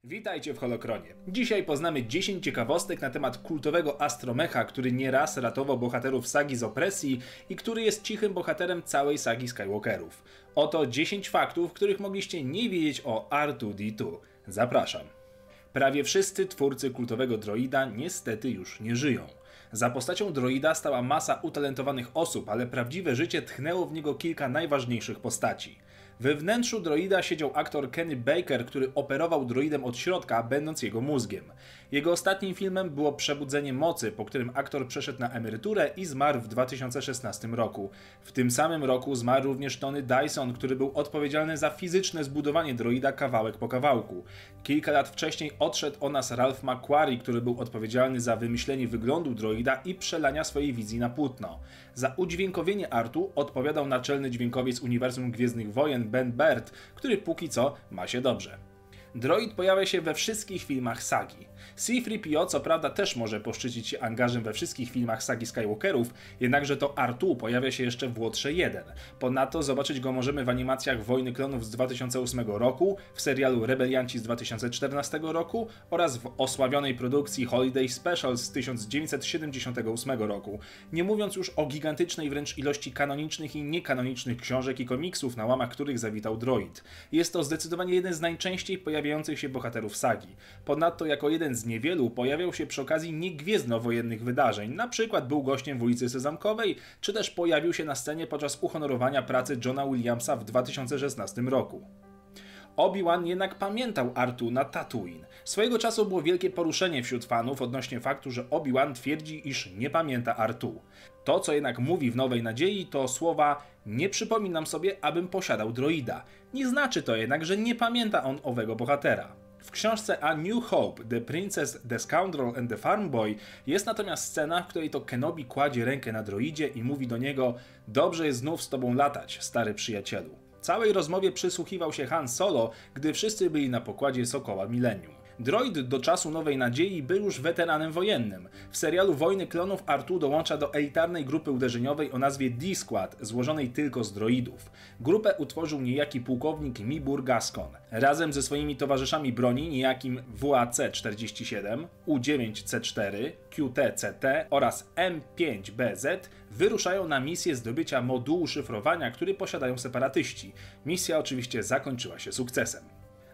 Witajcie w Holokronie. Dzisiaj poznamy 10 ciekawostek na temat kultowego astromecha, który nieraz ratował bohaterów sagi z opresji i który jest cichym bohaterem całej sagi Skywalkerów. Oto 10 faktów, których mogliście nie wiedzieć o R2-D2. Zapraszam. Prawie wszyscy twórcy kultowego droida niestety już nie żyją. Za postacią droida stała masa utalentowanych osób, ale prawdziwe życie tchnęło w niego kilka najważniejszych postaci. We wnętrzu droida siedział aktor Kenny Baker, który operował droidem od środka, będąc jego mózgiem. Jego ostatnim filmem było Przebudzenie Mocy, po którym aktor przeszedł na emeryturę i zmarł w 2016 roku. W tym samym roku zmarł również Tony Dyson, który był odpowiedzialny za fizyczne zbudowanie droida kawałek po kawałku. Kilka lat wcześniej odszedł od nas Ralph McQuarrie, który był odpowiedzialny za wymyślenie wyglądu droida i przelania swojej wizji na płótno. Za udźwiękowienie R2 odpowiadał naczelny dźwiękowiec uniwersum Gwiezdnych Wojen Ben Bird, który póki co ma się dobrze. Droid pojawia się we wszystkich filmach sagi. C-3PO co prawda też może poszczycić się angażem we wszystkich filmach sagi Skywalkerów, jednakże to R2 pojawia się jeszcze w Łotrze 1. Ponadto zobaczyć go możemy w animacjach Wojny Klonów z 2008 roku, w serialu Rebelianci z 2014 roku oraz w osławionej produkcji Holiday Special z 1978 roku. Nie mówiąc już o gigantycznej wręcz ilości kanonicznych i niekanonicznych książek i komiksów, na łamach których zawitał droid. Jest to zdecydowanie jeden z najczęściej pojawiających się bohaterów sagi. Ponadto jako jeden z niewielu pojawiał się przy okazji niegwiezdnowojennych wydarzeń, na przykład był gościem w ulicy Sezamkowej, czy też pojawił się na scenie podczas uhonorowania pracy Johna Williamsa w 2016 roku. Obi-Wan jednak pamiętał R2 na Tatooine. Swojego czasu było wielkie poruszenie wśród fanów odnośnie faktu, że Obi-Wan twierdzi, iż nie pamięta R2. To, co jednak mówi w Nowej Nadziei, to słowa „nie przypominam sobie, abym posiadał droida”. Nie znaczy to jednak, że nie pamięta on owego bohatera. W książce A New Hope, The Princess, The Scoundrel and the Farm Boy jest natomiast scena, w której to Kenobi kładzie rękę na droidzie i mówi do niego „dobrze jest znów z tobą latać, stary przyjacielu”. Całej rozmowie przysłuchiwał się Han Solo, gdy wszyscy byli na pokładzie Sokoła Millennium. Droid do czasu Nowej Nadziei był już weteranem wojennym. W serialu Wojny Klonów R2 dołącza do elitarnej grupy uderzeniowej o nazwie D-Squad, złożonej tylko z droidów. Grupę utworzył niejaki pułkownik Mibur Gascon. Razem ze swoimi towarzyszami broni, niejakim WAC-47, U-9C4, QT-CT oraz M5BZ, wyruszają na misję zdobycia modułu szyfrowania, który posiadają separatyści. Misja oczywiście zakończyła się sukcesem.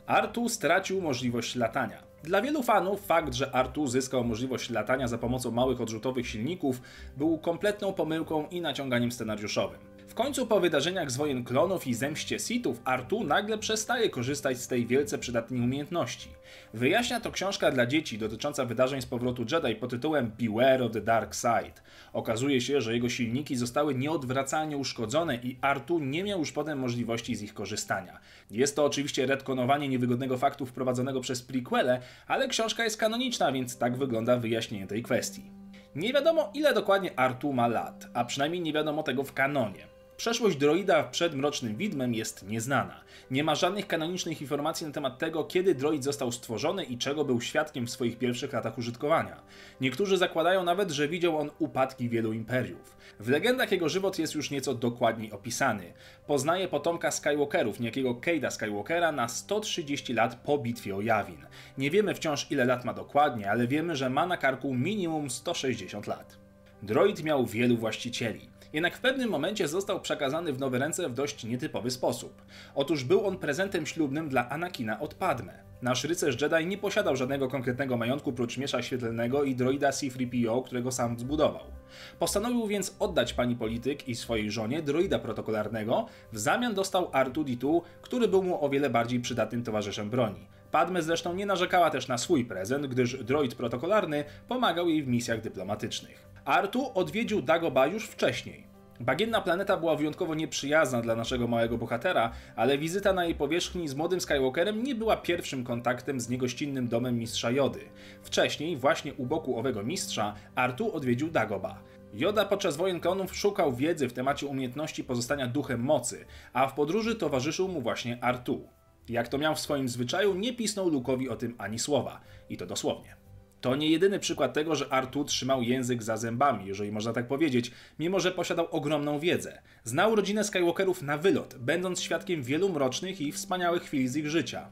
R2 stracił możliwość latania. Dla wielu fanów fakt, że R2 zyskał możliwość latania za pomocą małych odrzutowych silników był kompletną pomyłką i naciąganiem scenariuszowym. W końcu po wydarzeniach z Wojen Klonów i zemście Sithów R2 nagle przestaje korzystać z tej wielce przydatnej umiejętności. Wyjaśnia to książka dla dzieci dotycząca wydarzeń z powrotu Jedi pod tytułem Beware of the Dark Side. Okazuje się, że jego silniki zostały nieodwracalnie uszkodzone i R2 nie miał już potem możliwości z ich korzystania. Jest to oczywiście retkonowanie niewygodnego faktu wprowadzonego przez prequele, ale książka jest kanoniczna, więc tak wygląda wyjaśnienie tej kwestii. Nie wiadomo, ile dokładnie R2 ma lat, a przynajmniej nie wiadomo tego w kanonie. Przeszłość droida przed Mrocznym Widmem jest nieznana. Nie ma żadnych kanonicznych informacji na temat tego, kiedy droid został stworzony i czego był świadkiem w swoich pierwszych latach użytkowania. Niektórzy zakładają nawet, że widział on upadki wielu imperiów. W legendach jego żywot jest już nieco dokładniej opisany. Poznaje potomka Skywalkerów, niejakiego Cade'a Skywalkera, na 130 lat po bitwie o Yavin. Nie wiemy wciąż, ile lat ma dokładnie, ale wiemy, że ma na karku minimum 160 lat. Droid miał wielu właścicieli. Jednak w pewnym momencie został przekazany w nowe ręce w dość nietypowy sposób. Otóż był on prezentem ślubnym dla Anakina od Padme. Nasz rycerz Jedi nie posiadał żadnego konkretnego majątku prócz miecza świetlnego i droida C-3PO, którego sam zbudował. Postanowił więc oddać pani polityk i swojej żonie droida protokolarnego, w zamian dostał R2-D2, który był mu o wiele bardziej przydatnym towarzyszem broni. Padme zresztą nie narzekała też na swój prezent, gdyż droid protokolarny pomagał jej w misjach dyplomatycznych. R2 odwiedził Dagobah już wcześniej. Bagienna planeta była wyjątkowo nieprzyjazna dla naszego małego bohatera, ale wizyta na jej powierzchni z młodym Skywalkerem nie była pierwszym kontaktem z niegościnnym domem mistrza Jody. Wcześniej, właśnie u boku owego mistrza, R2 odwiedził Dagobah. Yoda podczas Wojen Klonów szukał wiedzy w temacie umiejętności pozostania duchem mocy, a w podróży towarzyszył mu właśnie R2. Jak to miał w swoim zwyczaju, nie pisnął Luke'owi o tym ani słowa. I to dosłownie. To nie jedyny przykład tego, że R2 trzymał język za zębami, jeżeli można tak powiedzieć, mimo że posiadał ogromną wiedzę. Znał rodzinę Skywalkerów na wylot, będąc świadkiem wielu mrocznych i wspaniałych chwil z ich życia.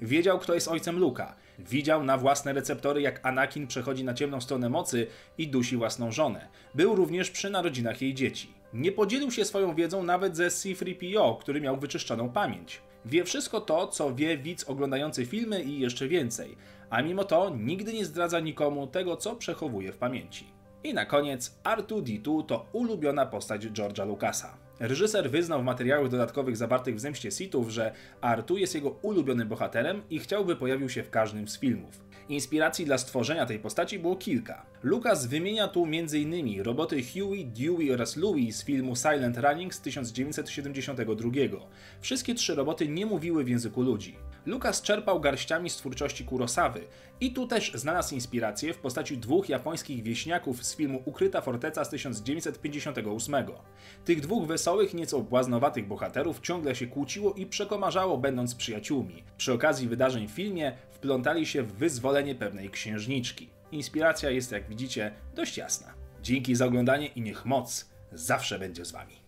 Wiedział, kto jest ojcem Luka. Widział na własne receptory, jak Anakin przechodzi na ciemną stronę mocy i dusi własną żonę. Był również przy narodzinach jej dzieci. Nie podzielił się swoją wiedzą nawet ze C-3PO, który miał wyczyszczoną pamięć. Wie wszystko to, co wie widz oglądający filmy i jeszcze więcej, a mimo to nigdy nie zdradza nikomu tego, co przechowuje w pamięci. I na koniec R2-D2 to ulubiona postać George'a Lucasa. Reżyser wyznał w materiałach dodatkowych zawartych w Zemście Sithów, że R2 jest jego ulubionym bohaterem i chciałby pojawił się w każdym z filmów. Inspiracji dla stworzenia tej postaci było kilka. Lucas wymienia tu m.in. roboty Huey, Dewey oraz Louie z filmu Silent Running z 1972. Wszystkie trzy roboty nie mówiły w języku ludzi. Lucas czerpał garściami z twórczości Kurosawy i tu też znalazł inspirację w postaci dwóch japońskich wieśniaków z filmu Ukryta Forteca z 1958. Tych dwóch wesołych, nieco błaznowatych bohaterów ciągle się kłóciło i przekomarzało, będąc przyjaciółmi. Przy okazji wydarzeń w filmie wplątali się w wyzwolenie pewnej księżniczki. Inspiracja jest, jak widzicie, dość jasna. Dzięki za oglądanie i niech moc zawsze będzie z wami.